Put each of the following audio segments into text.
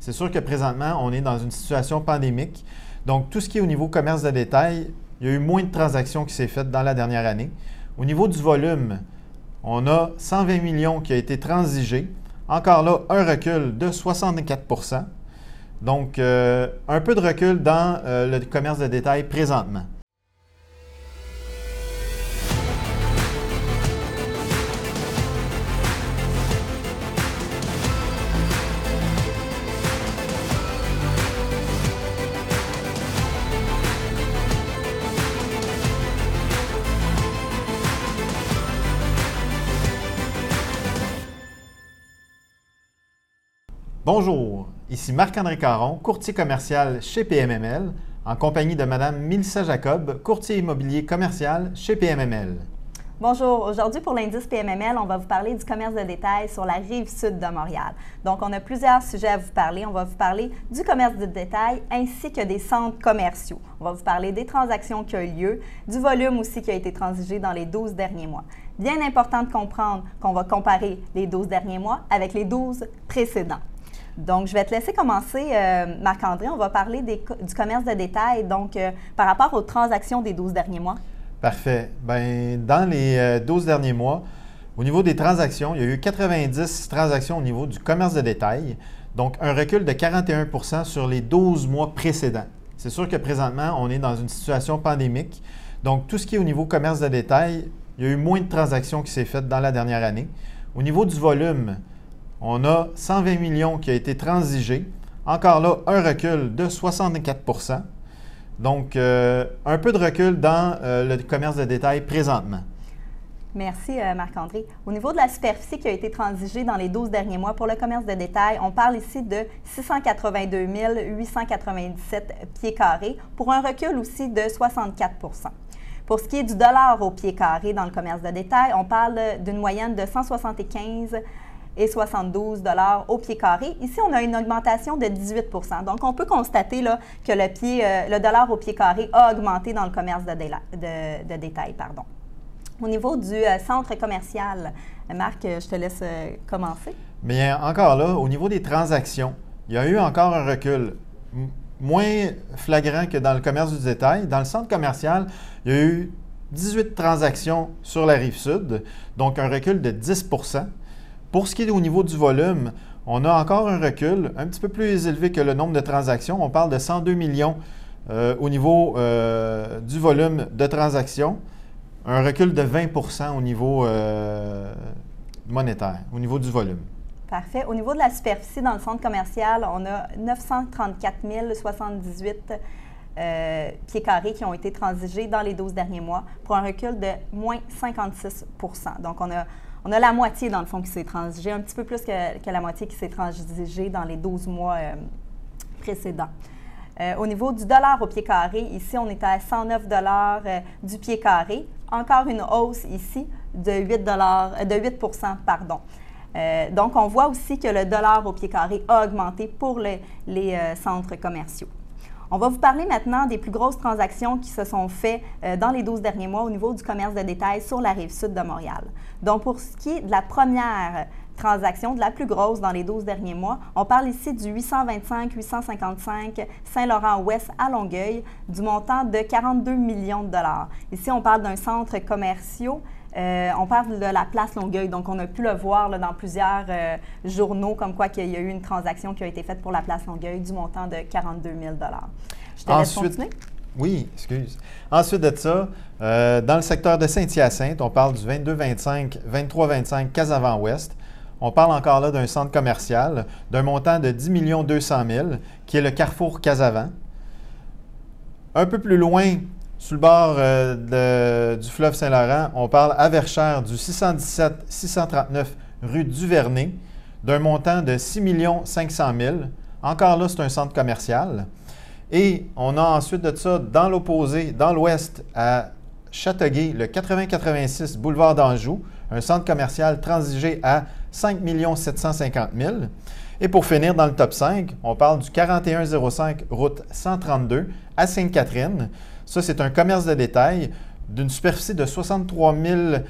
C'est sûr que présentement, on est dans une situation pandémique. Donc, tout ce qui est au niveau commerce de détail, il y a eu moins de transactions qui s'est faites dans la dernière année. Au niveau du volume, on a 120 millions qui a été transigé. Encore là, un recul de 64 %. Donc, un peu de recul dans le commerce de détail présentement. Bonjour, ici Marc-André Caron, courtier commercial chez PMML, en compagnie de Mme Mélissa Jacob, courtier immobilier commercial chez PMML. Bonjour, aujourd'hui pour l'indice PMML, on va vous parler du commerce de détail sur la rive sud de Montréal. Donc, on a plusieurs sujets à vous parler. On va vous parler du commerce de détail ainsi que des centres commerciaux. On va vous parler des transactions qui ont eu lieu, du volume aussi qui a été transigé dans les 12 derniers mois. Bien important de comprendre qu'on va comparer les 12 derniers mois avec les 12 précédents. Donc, je vais te laisser commencer, Marc-André. On va parler du commerce de détail, donc par rapport aux transactions des 12 derniers mois. Parfait. Bien, dans les 12 derniers mois, au niveau des transactions, il y a eu 90 transactions au niveau du commerce de détail, donc un recul de 41 % sur les 12 mois précédents. C'est sûr que présentement, on est dans une situation pandémique. Donc, tout ce qui est au niveau commerce de détail, il y a eu moins de transactions qui s'est faites dans la dernière année. Au niveau du volume, on a 120 millions qui a été transigé. Encore là, un recul de 64 %. Donc, un peu de recul dans le commerce de détail présentement. Merci, Marc-André. Au niveau de la superficie qui a été transigée dans les 12 derniers mois pour le commerce de détail, on parle ici de 682 897 pieds carrés pour un recul aussi de 64 %. Pour ce qui est du dollar au pied carré dans le commerce de détail, on parle d'une moyenne de 175 et 72 $ au pied carré. Ici, on a une augmentation de 18 %. Donc, on peut constater là, que le dollar au pied carré a augmenté dans le commerce de détail. Au niveau du centre commercial, Marc, je te laisse commencer. Bien, encore là, au niveau des transactions, il y a eu encore un recul moins flagrant que dans le commerce du détail. Dans le centre commercial, il y a eu 18 transactions sur la rive sud, donc un recul de 10 %. Pour ce qui est au niveau du volume, on a encore un recul un petit peu plus élevé que le nombre de transactions. On parle de 102 millions au niveau du volume de transactions, un recul de 20 % au niveau monétaire, au niveau du volume. Parfait. Au niveau de la superficie dans le centre commercial, on a 934 078 pieds carrés qui ont été transigés dans les 12 derniers mois pour un recul de moins 56 %. Donc, on a la moitié, dans le fond, qui s'est transigé, un petit peu plus que la moitié qui s'est transigée dans les 12 mois précédents. Au niveau du dollar au pied carré, ici, on est à 109 $ du pied carré. Encore une hausse ici de 8 %. Donc, on voit aussi que le dollar au pied carré a augmenté pour les centres commerciaux. On va vous parler maintenant des plus grosses transactions qui se sont faites dans les 12 derniers mois au niveau du commerce de détail sur la rive sud de Montréal. Donc, pour ce qui est de la première transaction, de la plus grosse dans les 12 derniers mois, on parle ici du 825-855 Saint-Laurent-Ouest à Longueuil, du montant de 42 millions de $. Ici, on parle d'un centre commercial. On parle de la place Longueuil, donc on a pu le voir là, dans plusieurs journaux, comme quoi qu'il y a eu une transaction qui a été faite pour la place Longueuil du montant de 42 000 $. Je te laisse continuer. Oui, excuse. Ensuite de ça, dans le secteur de Saint-Hyacinthe, on parle du 22-25, 23-25 Casavant-Ouest. On parle encore là d'un centre commercial d'un montant de 10 200 000 qui est le Carrefour Casavant. Un peu plus loin, sur le bord du fleuve Saint-Laurent, on parle à Verchères du 617-639 rue Duvernay d'un montant de 6 500 000. Encore là, c'est un centre commercial. Et on a ensuite de ça, dans l'opposé, dans l'ouest, à Châteauguay, le 80-86 boulevard d'Anjou, un centre commercial transigé à 5 750 000. Et pour finir dans le top 5, on parle du 4105 route 132 à Sainte-Catherine. Ça, c'est un commerce de détail d'une superficie de 63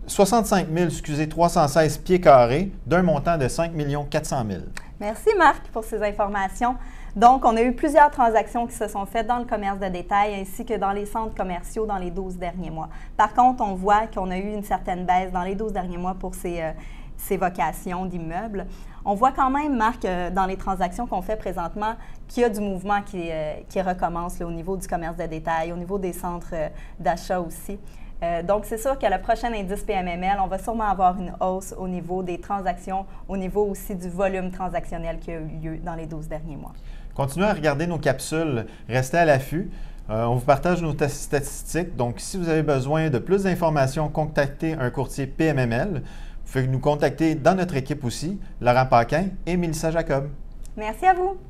65 316 pieds carrés d'un montant de 5 400 000. Merci Marc pour ces informations. Donc, on a eu plusieurs transactions qui se sont faites dans le commerce de détail ainsi que dans les centres commerciaux dans les 12 derniers mois. Par contre, on voit qu'on a eu une certaine baisse dans les 12 derniers mois pour ces vocations d'immeubles. On voit quand même, Marc, dans les transactions qu'on fait présentement, qu'il y a du mouvement qui recommence là, au niveau du commerce de détail, au niveau des centres d'achat aussi. Donc, c'est sûr que le prochain indice PMML, on va sûrement avoir une hausse au niveau des transactions, au niveau aussi du volume transactionnel qui a eu lieu dans les 12 derniers mois. Continuez à regarder nos capsules, restez à l'affût. On vous partage nos statistiques. Donc, si vous avez besoin de plus d'informations, contactez un courtier PMML. Vous pouvez nous contacter dans notre équipe aussi, Laurent Paquin et Mélissa Jacob. Merci à vous.